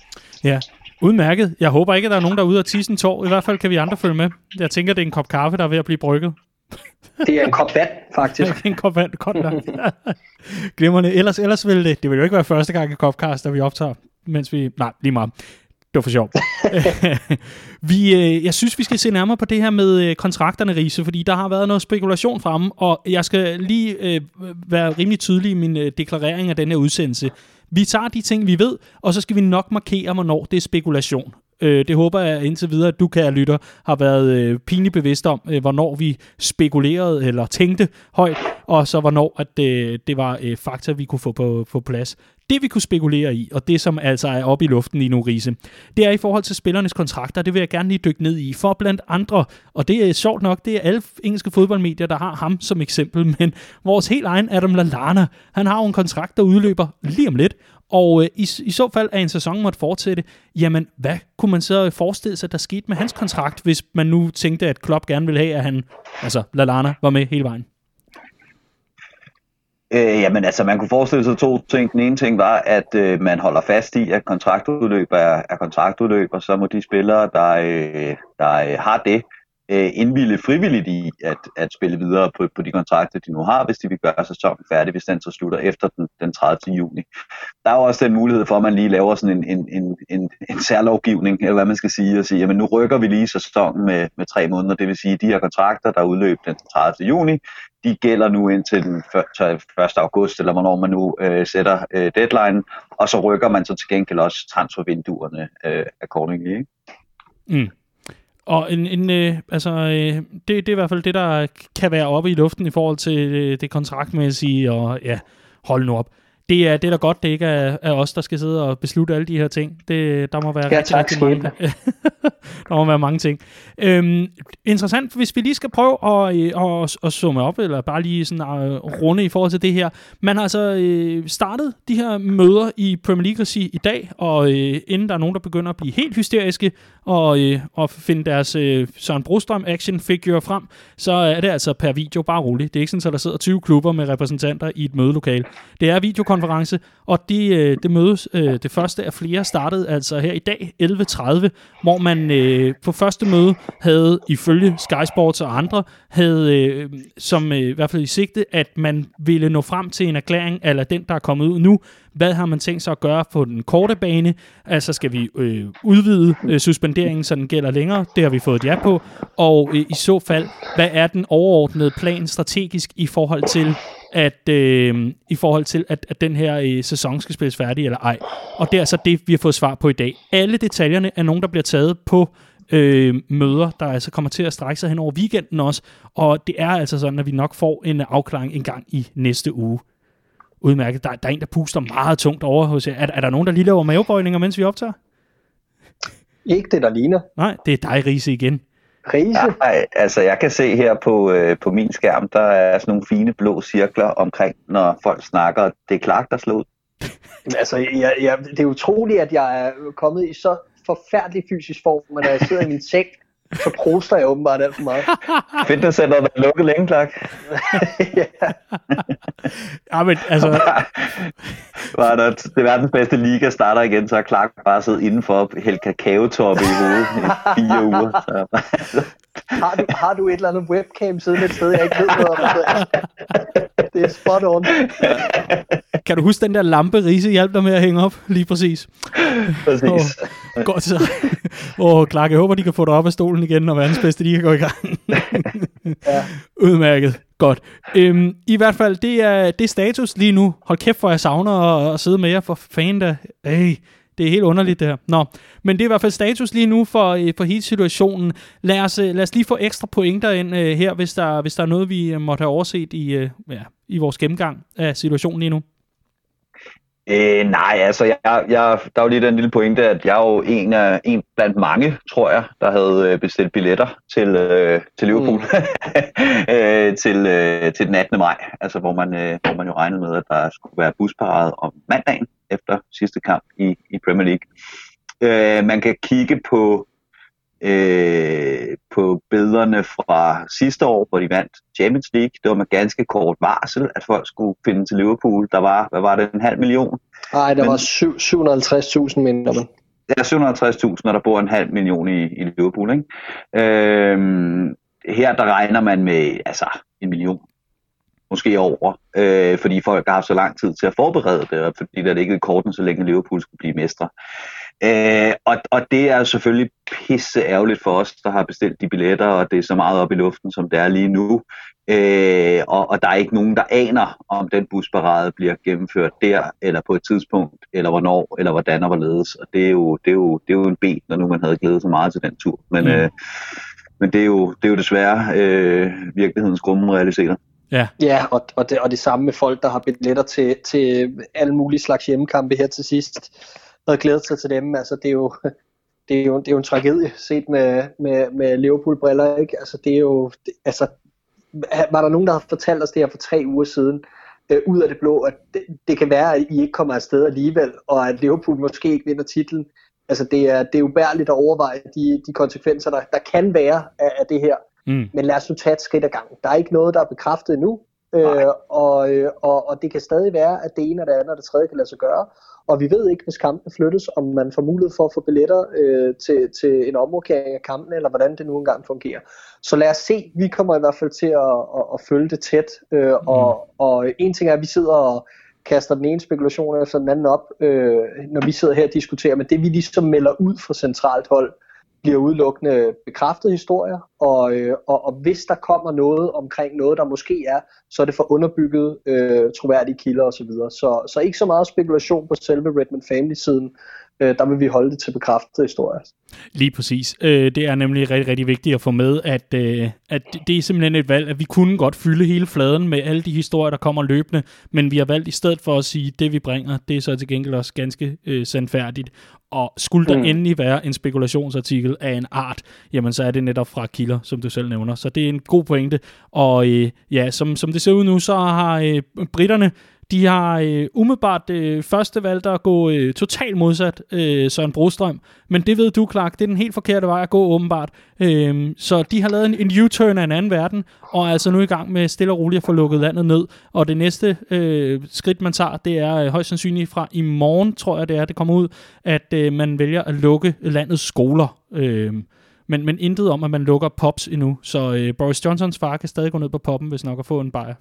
Ja, udmærket. Jeg håber ikke, at der er nogen, der er ude af tisse en tår. I hvert fald kan vi andre følge med. Jeg tænker, det er en kop kaffe, der er ved at blive brygget. Det er en kop vand, faktisk. en kop vand, godt nok. Glimrende. Ellers, ellers ville det, det vil jo ikke være første gang i Copcast, der vi optager, mens vi, nej, lige meget. Det var for sjovt. vi, øh, jeg synes, vi skal se nærmere på det her med øh, kontrakterne, Riise, fordi der har været noget spekulation fremme, og jeg skal lige øh, være rimelig tydelig i min øh, deklarering af den her udsendelse. Vi tager de ting, vi ved, og så skal vi nok markere, hvornår det er spekulation. Øh, det håber jeg indtil videre, at du, kære lytter, har været øh, pinligt bevidst om, øh, hvornår vi spekulerede eller tænkte højt, og så hvornår at, øh, det var øh, fakta, vi kunne få på, på plads. Det vi kunne spekulere i, og det som altså er oppe i luften lige nu, Riise, det er i forhold til spillernes kontrakter. Det vil jeg gerne lige dykke ned i, for blandt andre, og det er sjovt nok, det er alle engelske fodboldmedier, der har ham som eksempel, men vores helt egen Adam Lallana, han har jo en kontrakt, der udløber lige om lidt, og øh, i, i så fald, at en sæson måtte fortsætte, jamen, hvad kunne man så forestille sig, der skete med hans kontrakt, hvis man nu tænkte, at Klopp gerne ville have, at han, altså Lallana, var med hele vejen? Øh, jamen altså, man kunne forestille sig to ting. Den ene ting var, at øh, man holder fast i, at kontraktudløb er, er kontraktudløb, og så må de spillere, der, øh, der øh, har det, øh, indvilde frivilligt i at, at spille videre på, på de kontrakter, de nu har, hvis de vil gøre sæsonen færdig, hvis den så slutter efter den, den tredivte juni. Der er jo også den mulighed for, at man lige laver sådan en, en, en, en, en særlovgivning, eller hvad man skal sige, og sige, jamen nu rykker vi lige sæsonen med, med tre måneder, det vil sige, at de her kontrakter, der udløb den tredivte juni, de gælder nu indtil den første august, eller hvornår man nu øh, sætter øh, deadline, og så rykker man så til gengæld også transfervinduerne øh, accordingly, ikke? Mm. Og en, en, øh, altså, øh, det, det er i hvert fald det, der kan være oppe i luften i forhold til øh, det kontraktmæssige, og ja, hold nu op. Det er, det er da godt, det ikke er, er os, der skal sidde og beslutte alle de her ting. Det, der må være ja, rigtig, tak, rigtig mange. Der må være mange ting. Øhm, interessant, hvis vi lige skal prøve at, at, at, at summe op, eller bare lige sådan at runde i forhold til det her. Man har altså øh, startet de her møder i Premier League-regi i dag, og øh, inden der er nogen, der begynder at blive helt hysteriske, og, øh, og finde deres øh, Søren Brostrøm action figure frem, så er det altså per video bare roligt. Det er ikke sådan, at der sidder tyve klubber med repræsentanter i et mødelokale. Det er videokonference, og de, øh, det mødes, øh, det første af flere startede altså her i dag, elleve tredive, hvor man øh, på første møde havde, ifølge Sky Sports og andre, havde øh, som øh, i hvert fald i sigte, at man ville nå frem til en erklæring, eller den, der er kommet ud nu. Hvad har man tænkt sig at gøre på den korte bane? Altså skal vi øh, udvide øh, suspenderingen, så den gælder længere? Det har vi fået et ja på. Og øh, i så fald, hvad er den overordnede plan strategisk i forhold til, at, øh, i forhold til at, at den her øh, sæson skal spilles færdig eller ej? Og det er altså det, vi har fået svar på i dag. Alle detaljerne er nogen, der bliver taget på øh, møder, der altså kommer til at strække sig hen over weekenden også. Og det er altså sådan, at vi nok får en afklaring en gang i næste uge. Udmærket. Der, der er en, der puster meget tungt over hos jer. Er, er der nogen, der lige laver mavebøjninger, mens vi optager? Ikke det, der ligner. Nej, det er dig, Riise, igen. Riise? Nej, altså jeg kan se her på, øh, på min skærm, der er sådan nogle fine blå cirkler omkring, når folk snakker. Det er Clark, der slår ud. Altså, jeg, jeg, det er utroligt, at jeg er kommet i så forfærdelig fysisk form, men når jeg sidder i min seng, så proster jeg åbenbart alt for meget. Fitnesscenteret er lukket længe, Clark. Ja. Ja, men altså... Var der det verdens bedste liga starter igen, så har Clark bare siddet indenfor og hældt kakaotoppe i hovedet i fire uger. Så... har, du, har du et eller andet webcam siden et sted, jeg ikke ved noget om? Det er spot on. Kan du huske den der lampe, Riise hjalp dig med at hænge op? Lige præcis. Præcis. Oh, godt så. Åh, oh, Clark, jeg håber, de kan få dig op af stolen igen, når verdens bedste liga går i gang. Ja. Udmærket. Godt. Øhm, I hvert fald, det er, det er status lige nu. Hold kæft, for jeg savner at, at sidde med jer for fanden da. Ej, det er helt underligt det her. Nå, men det er i hvert fald status lige nu for, for hele situationen. Lad os, lad os lige få ekstra pointer ind uh, her, hvis der, hvis der er noget, vi måtte have overset i, uh, ja, i vores gennemgang af situationen lige nu. Øh, nej, altså jeg, jeg, der er jo lige den lille pointe, at jeg er jo en, af, en blandt mange, tror jeg, der havde bestilt billetter til, øh, til Liverpool mm. øh, til, øh, til den attende maj, altså hvor man, øh, hvor man jo regnede med, at der skulle være busparade om mandagen efter sidste kamp i, i Premier League. Øh, man kan kigge på Øh, på billederne fra sidste år, hvor de vandt Champions League. Det var med ganske kort varsel, at folk skulle finde til Liverpool. Der var, hvad var det, en halv million? Nej, der Men, var syv hundrede og halvtreds tusind mindre. Ja, syv hundrede og halvtreds tusind, og der bor en halv million i, i Liverpool, ikke? Øh, her der regner man med altså en million, måske over, øh, fordi folk har haft så lang tid til at forberede det, og fordi der ligger i korten, så længe Liverpool skulle blive mestre. Øh, og, og det er selvfølgelig pisse ærgerligt for os, der har bestilt de billetter, og det er så meget op i luften, som det er lige nu. Øh, og, og der er ikke nogen, der aner, om den busparade bliver gennemført der, eller på et tidspunkt, eller hvornår, eller hvordan og hvorledes. Og det er jo, det er jo, det er jo en ben, når nu man havde glædet så meget til den tur. Men, mm. øh, men det, er jo, det er jo desværre øh, virkelighedens grumme realiteter. Ja, ja og, og, det, og det samme med folk, der har billetter til, til alle mulige slags hjemmekampe her til sidst, og glædet sig til dem. Altså, det er jo, det er jo, det er jo en tragedie set med, med, med Liverpool-briller, ikke? Altså, det er jo, det, altså, var der nogen, der har fortalt os det her for tre uger siden, øh, ud af det blå, at det, det kan være, at I ikke kommer afsted alligevel, og at Liverpool måske ikke vinder titlen. Altså, det er, det er ubærligt at overveje de, de konsekvenser, der, der kan være af, af det her. Mm. Men lad os nu tage et skridt ad gangen. Der er ikke noget, der er bekræftet endnu, øh, og, og, og det kan stadig være, at det ene og det andet og det tredje kan lade sig gøre. Og vi ved ikke, hvis kampen flyttes, om man får mulighed for at få billetter øh, til, til en omrokering af kampen, eller hvordan det nu engang fungerer. Så lad os se. Vi kommer i hvert fald til at, at, at følge det tæt. Øh, mm. og, og en ting er, at vi sidder og kaster den ene spekulation efter den anden op, øh, når vi sidder her og diskuterer, men det vi ligesom melder ud fra centralt hold, bliver udelukkende bekræftede historier, og, øh, og, og hvis der kommer noget omkring noget, der måske er, så er det for underbygget øh, troværdige kilder osv. Så, så, så ikke så meget spekulation på selve Redman Family-siden. Øh, der vil vi holde det til bekræftede historier. Lige præcis. Øh, det er nemlig rigtig, rigtig vigtigt at få med, at, øh, at det er simpelthen et valg, at vi kunne godt fylde hele fladen med alle de historier, der kommer løbende, men vi har valgt i stedet for at sige, at det vi bringer, det er så til gengæld også ganske øh, sandfærdigt. Og skulle der mm. endelig være en spekulationsartikel af en art, jamen så er det netop fra kilder, som du selv nævner. Så det er en god pointe. Og øh, ja, som, som det ser ud nu, så har øh, britterne, de har øh, umiddelbart øh, første valgt at gå øh, totalt modsat øh, Søren Brostrøm. Men det ved du, Clark, det er den helt forkerte vej at gå åbenbart. Øh, så de har lavet en, en U-turn af en anden verden, og er altså nu i gang med stille og roligt at få lukket landet ned. Og det næste øh, skridt, man tager, det er øh, højst sandsynligt fra i morgen, tror jeg det er, det kommer ud, at øh, man vælger at lukke landets skoler. Øh, men, men intet om, at man lukker pubs endnu. Så øh, Boris Johnsons far kan stadig gå ned på pubben, hvis nok at få en bajer.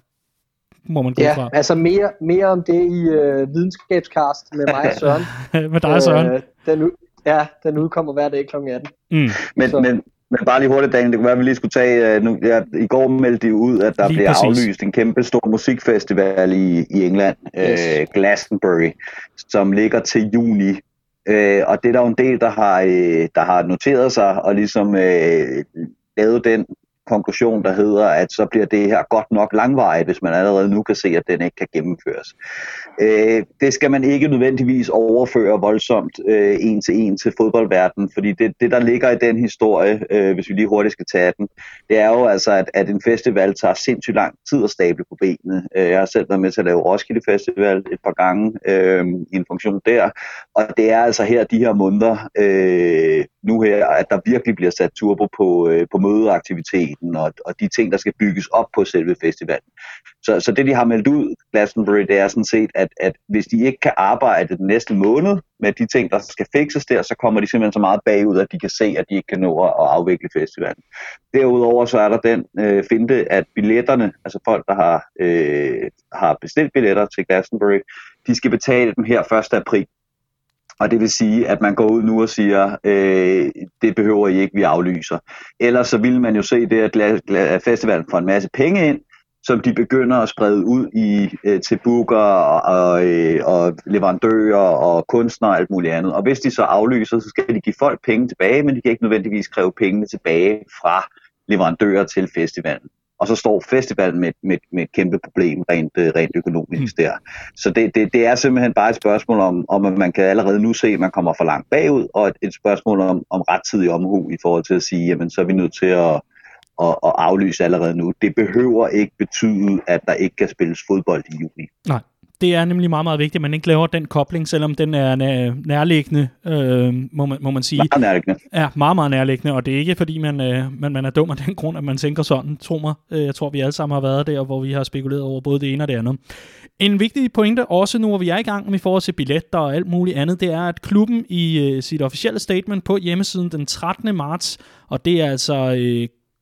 Må man gå ja, fra. altså mere, mere om det i øh, videnskabskast med mig og Søren. med dig og Søren. Øh, den ud, ja, den udkommer hver dag klokken atten. Mm. Men, men, men bare lige hurtigt, Daniel, det kunne være, at vi lige skulle tage, uh, nu, ja, i går meldte de ud, at der lige bliver præcis. aflyst en kæmpe stor musikfestival i, i England, yes. uh, Glastonbury, som ligger til juni. Uh, og det er der jo en del, der har, uh, der har noteret sig og ligesom uh, lavet den konklusion, der hedder, at så bliver det her godt nok langvarigt, hvis man allerede nu kan se, at den ikke kan gennemføres. Øh, det skal man ikke nødvendigvis overføre voldsomt øh, en til en til fodboldverdenen, fordi det, det der ligger i den historie, øh, hvis vi lige hurtigt skal tage den, det er jo altså, at, at en festival tager sindssygt lang tid at stable på benene. Øh, jeg har selv været med til at lave Roskilde Festival et par gange øh, i en funktion der, og det er altså her de her måneder, øh, nu her, at der virkelig bliver sat turbo på, øh, på mødeaktiviteten og, og de ting, der skal bygges op på selve festivalen. Så, så det, de har meldt ud, Glastonbury, det er sådan set, at, at hvis de ikke kan arbejde den næste måned med de ting, der skal fikses der, så kommer de simpelthen så meget bagud, at de kan se, at de ikke kan nå at afvikle festivalen. Derudover så er der den øh, finte, at billetterne, altså folk, der har, øh, har bestilt billetter til Glastonbury, de skal betale dem her første april. Og det vil sige, at man går ud nu og siger, øh, det behøver I ikke, vi aflyser. Ellers så vil man jo se det, at festivalen får en masse penge ind, som de begynder at sprede ud i øh, til booker og, øh, og leverandører og kunstnere og alt muligt andet. Og hvis de så aflyser, så skal de give folk penge tilbage, men de kan ikke nødvendigvis kræve pengene tilbage fra leverandører til festivalen. Og så står festivalen med, med, med et kæmpe problem rent, rent økonomisk der. Så det, det, det er simpelthen bare et spørgsmål om, om, at man kan allerede nu se, at man kommer for langt bagud, og et, et spørgsmål om, om rettidig omhu i forhold til at sige, jamen så er vi nødt til at, at, at aflyse allerede nu. Det behøver ikke betyde, at der ikke kan spilles fodbold i juni. Nej. Det er nemlig meget, meget vigtigt, at man ikke laver den kobling, selvom den er nærliggende, øh, må, man, må man sige. Meget nærliggende. Ja, meget, meget nærliggende, og det er ikke fordi, man, øh, man, man er dum af den grund, at man tænker sådan, tro mig. Øh, jeg tror, vi alle sammen har været der, hvor vi har spekuleret over både det ene og det andet. En vigtig pointe, også nu hvor vi er i gang med forhold til billetter og alt muligt andet, det er, at klubben i øh, sit officielle statement på hjemmesiden den trettende marts, og det er altså... Øh,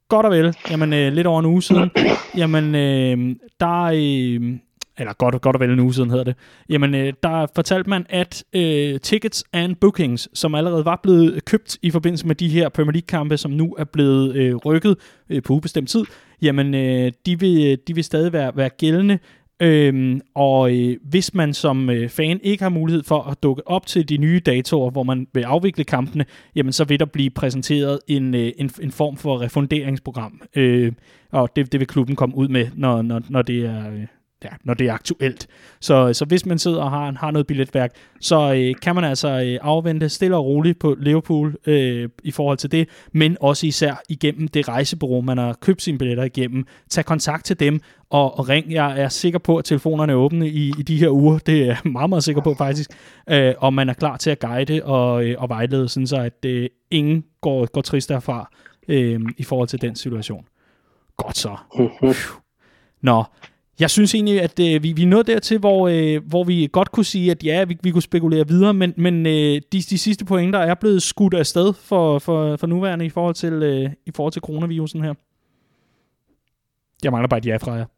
godt og vel, jamen øh, lidt over en uge siden, jamen øh, der øh, eller godt, godt og vel en uge siden hedder det, jamen øh, der fortalte man, at øh, tickets and bookings, som allerede var blevet købt i forbindelse med de her Premier League-kampe, som nu er blevet øh, rykket øh, på ubestemt tid, jamen øh, de, vil, de vil stadig være, være gældende. Øhm, og øh, hvis man som øh, fan ikke har mulighed for at dukke op til de nye datoer, hvor man vil afvikle kampene, jamen så vil der blive præsenteret en, øh, en, en form for refunderingsprogram, øh, og det, det vil klubben komme ud med, når, når, når det er... Øh, Ja, når det er aktuelt. Så, så hvis man sidder og har, har noget billetværk, så øh, kan man altså øh, afvente stille og roligt på Liverpool øh, i forhold til det, men også især igennem det rejsebureau, man har købt sine billetter igennem. Tag kontakt til dem og, og ring. Jeg er sikker på, at telefonerne er åbne i, i de her uger. Det er jeg meget, meget sikker på faktisk. Øh, og man er klar til at guide og, øh, og vejlede, sådan så at øh, ingen går, går trist derfra øh, i forhold til den situation. Godt så. Nå, jeg synes egentlig, at øh, vi, vi er nået dertil, hvor, øh, hvor vi godt kunne sige, at ja, vi, vi kunne spekulere videre, men, men øh, de, de sidste pointer er blevet skudt afsted for, for, for nuværende i forhold til, øh, i forhold til coronavirusen her. Jeg mangler bare et ja fra jer.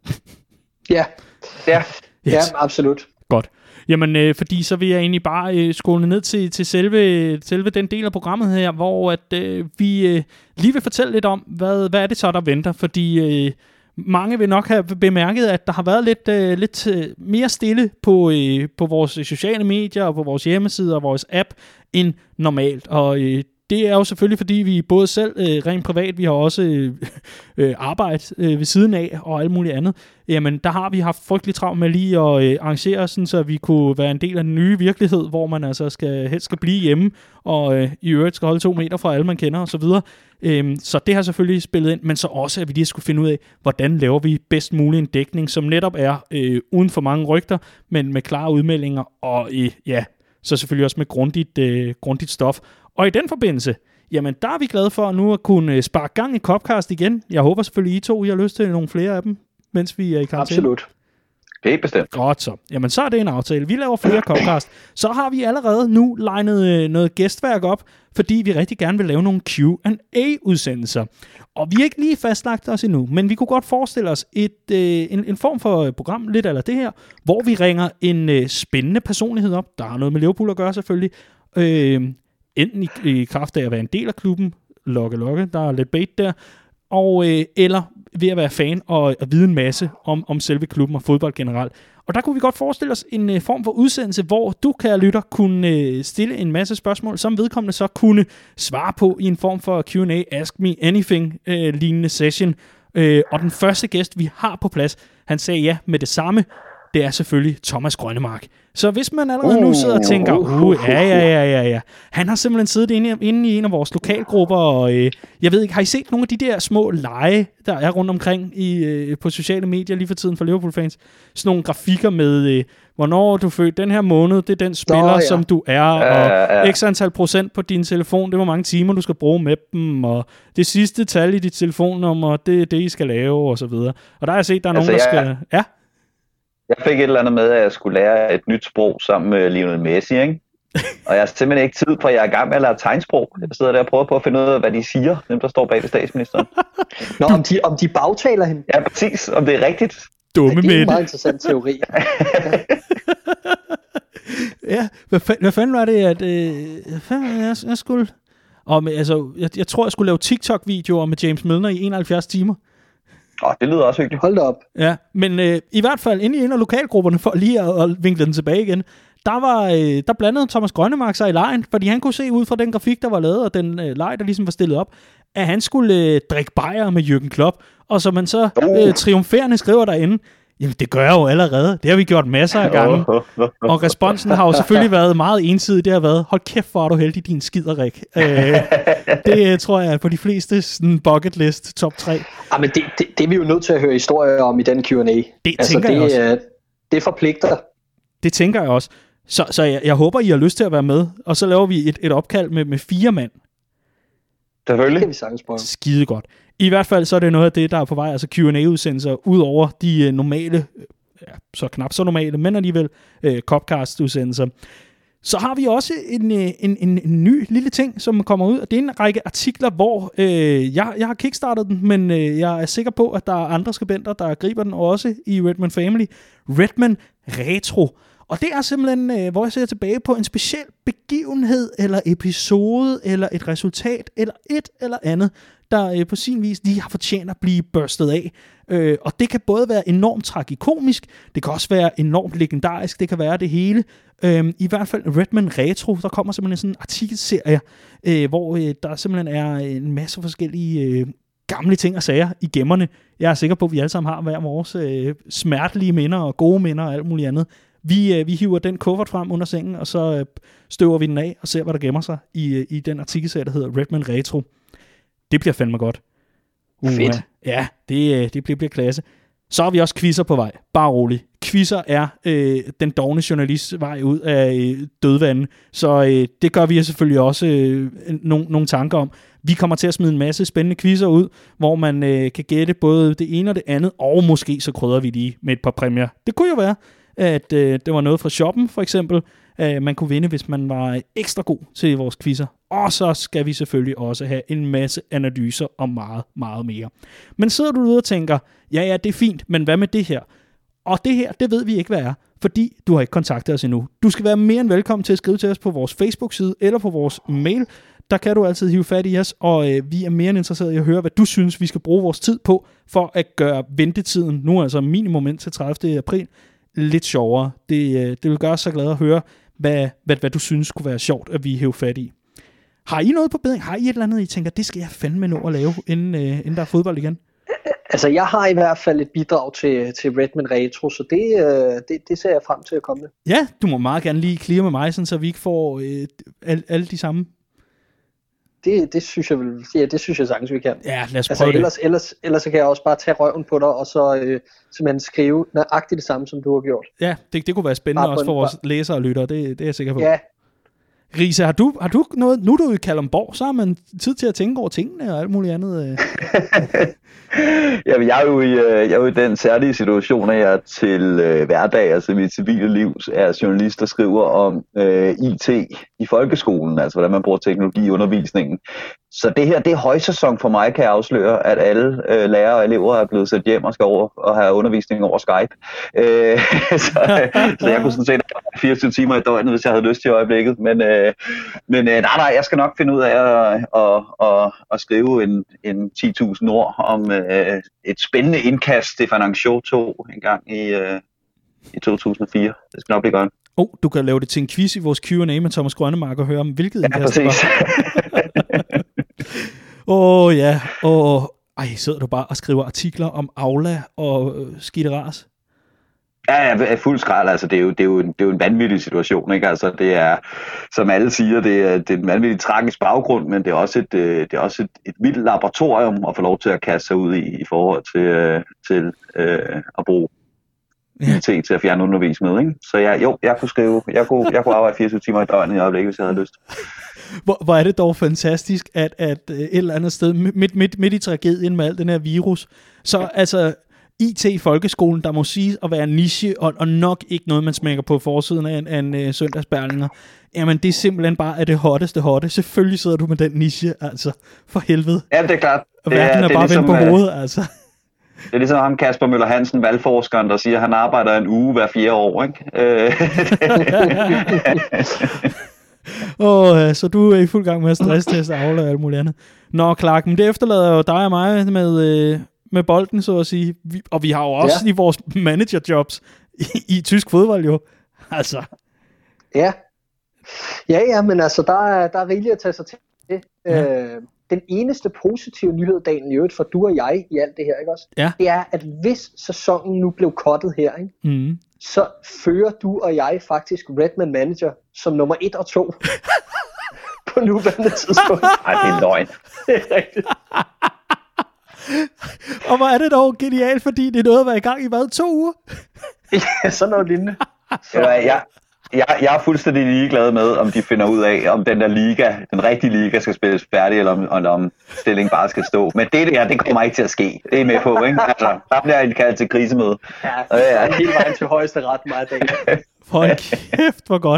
Ja, ja, yes. Ja, absolut. Godt. Jamen, øh, fordi så vil jeg egentlig bare øh, skåle ned til, til selve, selve den del af programmet her, hvor at, øh, vi øh, lige vil fortælle lidt om, hvad, hvad er det så, der venter, fordi... Øh, Mange vil nok have bemærket, at der har været lidt, øh, lidt mere stille på, øh, på vores sociale medier og på vores hjemmeside og vores app end normalt. Og øh, det er jo selvfølgelig, fordi vi både selv øh, rent privat, vi har også øh, øh, arbejde øh, ved siden af og alt muligt andet. Jamen, der har vi haft frygtelig travlt med lige at øh, arrangere sådan, så vi kunne være en del af den nye virkelighed, hvor man altså skal, helst skal blive hjemme og øh, i øvrigt skal holde to meter fra alle, man kender osv. Øhm, så det har selvfølgelig spillet ind, men så også, at vi lige skulle finde ud af, hvordan laver vi bedst mulig en dækning, som netop er øh, uden for mange rygter, men med klare udmeldinger, og øh, ja, så selvfølgelig også med grundigt, øh, grundigt stof. Og i den forbindelse, jamen der er vi glade for nu at kunne sparke gang i Copcast igen. Jeg håber selvfølgelig, I to I har lyst til nogle flere af dem, mens vi er i karantæne. Absolut. Helt bestemt. Godt så. Jamen så er det en aftale. Vi laver flere Copcast. Så har vi allerede nu legnet øh, noget gæstværk op, fordi vi rigtig gerne vil lave nogle Q and A-udsendelser. Og vi er ikke lige fastlagt os endnu, men vi kunne godt forestille os et, øh, en, en form for program, lidt eller det her, hvor vi ringer en øh, spændende personlighed op. Der har noget med Liverpool at gøre selvfølgelig. Øh, enten i, i kraft af at være en del af klubben, lokke lokke, der er lidt bait der, og, øh, eller ved at være fan og at vide en masse om, om selve klubben og fodbold generelt. Og der kunne vi godt forestille os en øh, form for udsendelse, hvor du, kære lytter, kunne øh, stille en masse spørgsmål, som vedkommende så kunne svare på i en form for Q and A, Ask Me Anything øh, lignende session. Øh, og den første gæst, vi har på plads, han sagde ja med det samme. Det er selvfølgelig Thomas Grønnemark. Så hvis man allerede nu sidder og tænker, uh, ja, ja, ja, ja, ja. Han har simpelthen siddet inde, inde i en af vores lokalgrupper, og øh, jeg ved ikke, har I set nogle af de der små lege, der er rundt omkring i, øh, på sociale medier lige for tiden for Liverpool-fans? Sådan nogle grafikker med, øh, hvornår du er født den her måned, det er den spiller, Nå, ja. som du er, og uh, uh. x antal procent på din telefon, det er hvor mange timer, du skal bruge med dem, og det sidste tal i dit telefonnummer, det er det, I skal lave, og så videre. Og der har jeg set, der er altså, nogen, der skal... Ja. Jeg fik et eller andet med, at jeg skulle lære et nyt sprog sammen med Lionel Messi, ikke? Og jeg har simpelthen ikke tid, for jeg er i gang med at lære tegnsprog. Jeg sidder der og prøver på at finde ud af, hvad de siger, dem der står bag ved statsministeren. Nå, om de, om de bagtaler hende? Ja, præcis. Om det er rigtigt. Dumme med det. Det er en meget interessant teori. Ja, hvad, fa- hvad fanden var det, at øh, fanden, jeg, jeg skulle... Og med, altså, jeg, jeg tror, jeg skulle lave TikTok-videoer med James Milner i enoghalvfjerds timer. Åh, det lyder også hyggeligt. Hold da op. Ja, men øh, i hvert fald inde i en af lokalgrupperne, for lige at, at vinkle den tilbage igen, der, var, øh, der blandede Thomas Grønnemark sig i lejen, fordi han kunne se ud fra den grafik, der var lavet, og den øh, leg, der ligesom var stillet op, at han skulle øh, drikke bajer med Jürgen Klopp, og så man så øh, triumferende skriver derinde, jamen det gør jeg jo allerede, det har vi gjort masser af gange, og responsen har jo selvfølgelig været meget ensidig, det har været, hold kæft, hvor er du heldig, din skiderik. Øh, det tror jeg er på de fleste sådan bucket list top tre. Ah, men det, det, det er vi jo nødt til at høre historier om i den Q and A. Det altså, tænker det, jeg også. Det forpligter. Det tænker jeg også. Så, så jeg, jeg håber, I har lyst til at være med, og så laver vi et, et opkald med, med fire mand. Selvfølgelig. Det kan vi sagtens prøve. Skide godt. I hvert fald så er det noget af det, der er på vej, altså Q and A-udsendelser, ud over de normale, ja, så knap så normale, men alligevel øh, Copcast-udsendelser. Så har vi også en, en, en, en ny lille ting, som kommer ud, og det er en række artikler, hvor øh, jeg, jeg har kickstartet den, men øh, jeg er sikker på, at der er andre skribenter, der griber den også i Redman Family. Redman Retro. Og det er simpelthen, øh, hvor jeg ser tilbage på en speciel begivenhed, eller episode, eller et resultat, eller et eller andet, der øh, på sin vis lige har fortjent at blive børstet af. Øh, og det kan både være enormt tragikomisk, det kan også være enormt legendarisk, det kan være det hele. Øh, I hvert fald Redman Retro, der kommer simpelthen sådan en artikelserie, øh, hvor øh, der simpelthen er en masse forskellige øh, gamle ting og sager i gemmerne. Jeg er sikker på, at vi alle sammen har hver vores øh, smertelige minder og gode minder og alt muligt andet. Vi, øh, vi hiver den kuffert frem under sengen, og så øh, støver vi den af og ser, hvad der gemmer sig i, øh, i den artikelserie, der hedder Redman Retro. Det bliver fandme godt. Uh, Fedt. Ja, det, det bliver, bliver klasse. Så har vi også quizzer på vej. Bare rolig. Quizzer er øh, den dovne journalists vej ud af øh, dødvanden. Så øh, det gør vi selvfølgelig også øh, nogle, nogle tanker om. Vi kommer til at smide en masse spændende quizzer ud, hvor man øh, kan gætte både det ene og det andet, og måske så krydder vi lige med et par præmier. Det kunne jo være, at øh, det var noget fra shoppen, for eksempel, øh, man kunne vinde, hvis man var ekstra god til vores quizzer. Og så skal vi selvfølgelig også have en masse analyser og meget, meget mere. Men sidder du ude og tænker, ja, ja, det er fint, men hvad med det her? Og det her, det ved vi ikke, hvad er, fordi du har ikke kontaktet os endnu. Du skal være mere end velkommen til at skrive til os på vores Facebook-side eller på vores mail. Der kan du altid hive fat i os, og øh, vi er mere end interesserede i at høre, hvad du synes, vi skal bruge vores tid på, for at gøre ventetiden, nu altså minimum til tredivte april, lidt sjovere. Det, øh, det vil gøre os så glade at høre, hvad, hvad, hvad du synes kunne være sjovt, at vi hæver fat i. Har I noget på bedring? Har I et eller andet, I tænker, det skal jeg fandme nå at lave, inden, øh, inden der er fodbold igen? Altså, jeg har i hvert fald et bidrag til, til Redman Retro, så det, øh, det, det ser jeg frem til at komme med. Ja, du må meget gerne lige clear med mig, sådan, så vi ikke får øh, alle, alle de samme. Det, det synes jeg vel, ja, det synes jeg sagtens, vi kan. Ja, lad os prøve altså, det. Ellers, ellers, ellers så kan jeg også bare tage røven på dig, og så øh, simpelthen skrive nøjagtigt det samme, som du har gjort. Ja, det, det kunne være spændende bare også for vores læsere og lyttere, det, det er jeg sikker på. Ja. Risa, har du, har du noget, nu er du i Kalundborg, så har man tid til at tænke over tingene og alt muligt andet. Jamen, jeg er jo i, jeg er jo i den særlige situation, at jeg til øh, hverdag, altså mit civile liv, er journalist, der skriver om øh, I T i folkeskolen, altså hvordan man bruger teknologi i undervisningen. Så det her, det er højsæson for mig, kan jeg afsløre, at alle øh, lærere og elever er blevet sat hjem og skal over og have undervisning over Skype. Øh, så, så jeg kunne sådan set have fireogtyve timer i døgnet, hvis jeg havde lyst til i øjeblikket. Men, øh, men øh, nej, nej, jeg skal nok finde ud af at, at, at, at skrive en, en ti tusind ord om øh, et spændende indkast, Stefan Anchois tog en gang i, øh, i to tusind og fire. Det skal nok blive godt. Oh, du kan lave det til en quiz i vores Q and A med Thomas Grønnemark og høre om, hvilket indkast ja, det var. Åh oh, ja, oh, ej, sidder du bare og skriver artikler om Aula og øh, skidteras? Ja, ja, fuld skrald, altså det er, jo, det, er jo en, det er jo en vanvittig situation, ikke? Altså det er, som alle siger, det er, det er en vanvittig tragisk baggrund, men det er også et, det er også et, et vildt laboratorium at få lov til at kaste sig ud i, i forhold til, til øh, at bruge I T til at fjerne undervis med, ikke? Så jeg, jo, jeg kunne skrive, jeg kunne, jeg kunne arbejde fireogtyve timer i døgnet i øjeblikket, hvis jeg havde lyst. Hvor, hvor er det dog fantastisk, at, at et eller andet sted, midt, midt, midt i tragedien med al den her virus, så altså I T i folkeskolen, der må sige at være niche, og, og nok ikke noget, man smækker på forsiden af en, af en uh, søndagsbærlinger. Jamen, det er simpelthen bare at det hotteste hotte. Selvfølgelig sidder du med den niche, altså. For helvede. Ja, det er klart. Og verden er, er, er bare ligesom, vendt på hovedet, altså. Det er ligesom ham Kasper Møller Hansen, valgforskeren, der siger, at han arbejder en uge hver fjerde år, ikke? Åh, oh, så du er i fuld gang med at stressteste Aula og alt muligt andet. Nå, Clark, men det efterlader jo dig og mig med, øh, med bolden, så at sige. Vi, og vi har jo også ja. i vores managerjobs i, i tysk fodbold jo. Altså. Ja. Ja, ja, men altså, der er, der er rigeligt at tage sig til. Ja. Øh, den eneste positive nyhed, Daniel, i øvrigt for du og jeg i alt det her, ikke også? Ja. Det er, at hvis sæsonen nu blev cuttet her, ikke? Mm. så fører du og jeg faktisk Redman Manager som nummer et og to på nuværende tidspunkt. Ej, det er løgn. Det er rigtigt. Og hvor er det dog genialt, fordi det er noget at være i gang i hvad, to uger? Ja, sådan noget lignende. Så. Ja, jeg, jeg, jeg er fuldstændig ligeglad med, om de finder ud af, om den der liga, den rigtige liga skal spilles færdig, eller om, eller om stillingen bare skal stå. Men det der, det kommer ikke til at ske. Det er med på, ikke? Altså, der bliver en kaldt til krisemøde. Ja, ja. Hele vejen til højeste ret meget dag. Hold kæft, hvor godt.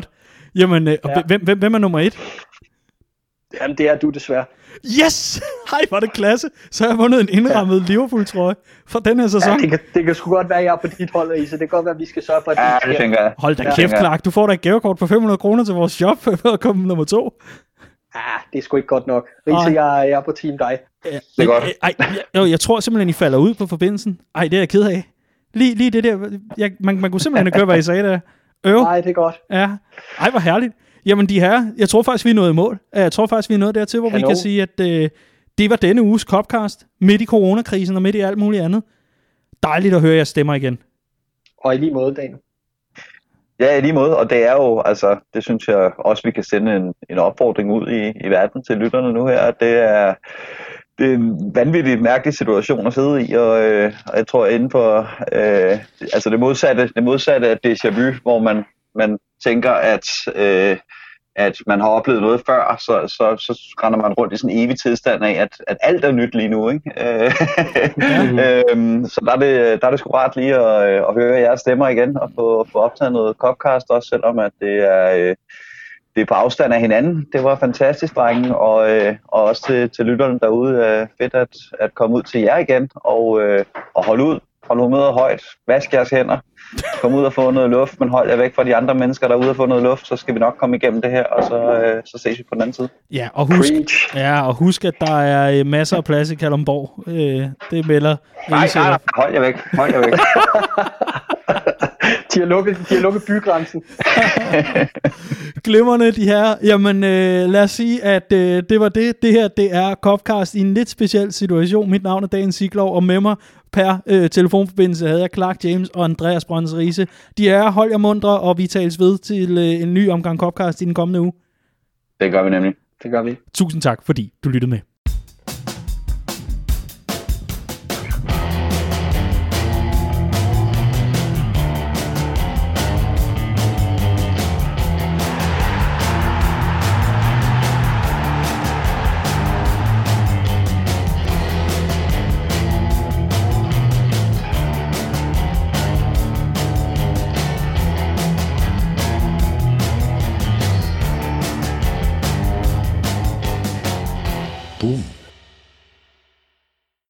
Jamen, øh, ja. hvem, hvem, hvem er nummer et? Jamen, det er du desværre. Yes! Hej, var det klasse. Så har jeg vundet en indrammet ja. Liverpool-trøje for den her sæson. Ja, det kan, det kan sgu godt være, at jeg er på dit hold, Isa. Det kan godt være, at vi skal sørge for, at ja, det tænker jeg. Hold da ja, kæft, Clark. Du får da et gavekort på fem hundrede kroner til vores shop for at komme nummer to. Ah, det er sgu ikke godt nok. Risa, jeg, jeg er på team dig. Ja, det er godt. Ej, jeg, jeg tror simpelthen, I falder ud på forbindelsen. Ej, det er jeg ked af. Lige, lige det der. Jeg, man, man kunne simpelthen ikke gøre, hvad I sagde der. Øv. Nej, det er godt. Ja. Ej, hvor herligt. Jamen, de her, jeg tror faktisk, vi er nået i mål. Jeg tror faktisk, vi er nået dertil, hvor Hello. vi kan sige, at øh, det var denne uges Copcast. Midt i coronakrisen og midt i alt muligt andet. Dejligt at høre jeres stemmer igen. Og i lige måde, Dan. Ja, i lige måde, og det er jo, altså, det synes jeg også, vi kan sende en, en opfordring ud i, i verden til lytterne nu her. Det er, det er en vanvittigt mærkelig situation at sidde i, og, øh, og jeg tror inden for, øh, altså det modsatte, det modsatte af déjà vu, hvor man, man tænker, at, øh, at man har oplevet noget før, så, så, så render man rundt i sådan en evig tilstand af, at, at alt er nyt lige nu, ikke? Mm-hmm. øhm, så der er, det, der er det sgu rart lige at, at høre jeres stemmer igen, og få, få optaget noget Copcast også, selvom at det er, øh, det er på afstand af hinanden. Det var fantastisk, drenge, og, øh, og også til, til lytterne derude. Øh, fedt at, at komme ud til jer igen, og, øh, og holde ud. Hold humøret højt. Vask jeres hænder. Kom ud og få noget luft, men hold jer væk fra de andre mennesker, der er ude og få noget luft, så skal vi nok komme igennem det her, og så, øh, så ses vi på den anden side. Ja, og husk, ja, og husk at der er masser af plads i Kalundborg. Øh, det melder. Nej, nej, nej, hold jer væk. Hold jer væk. de, har lukket, de har lukket bygrænsen. Glimrende, de her. Jamen, øh, lad os sige, at øh, det var det. Det her, det er Copcast i en lidt speciel situation. Mit navn er Dan Siglov, og med mig per øh, telefonforbindelse havde jeg Clark James og Andreas Brøns Riise. De er hold jer mundre, og vi tales ved til øh, en ny omgang Copcast i den kommende uge. Det gør vi nemlig. Det gør vi. Tusind tak, fordi du lyttede med.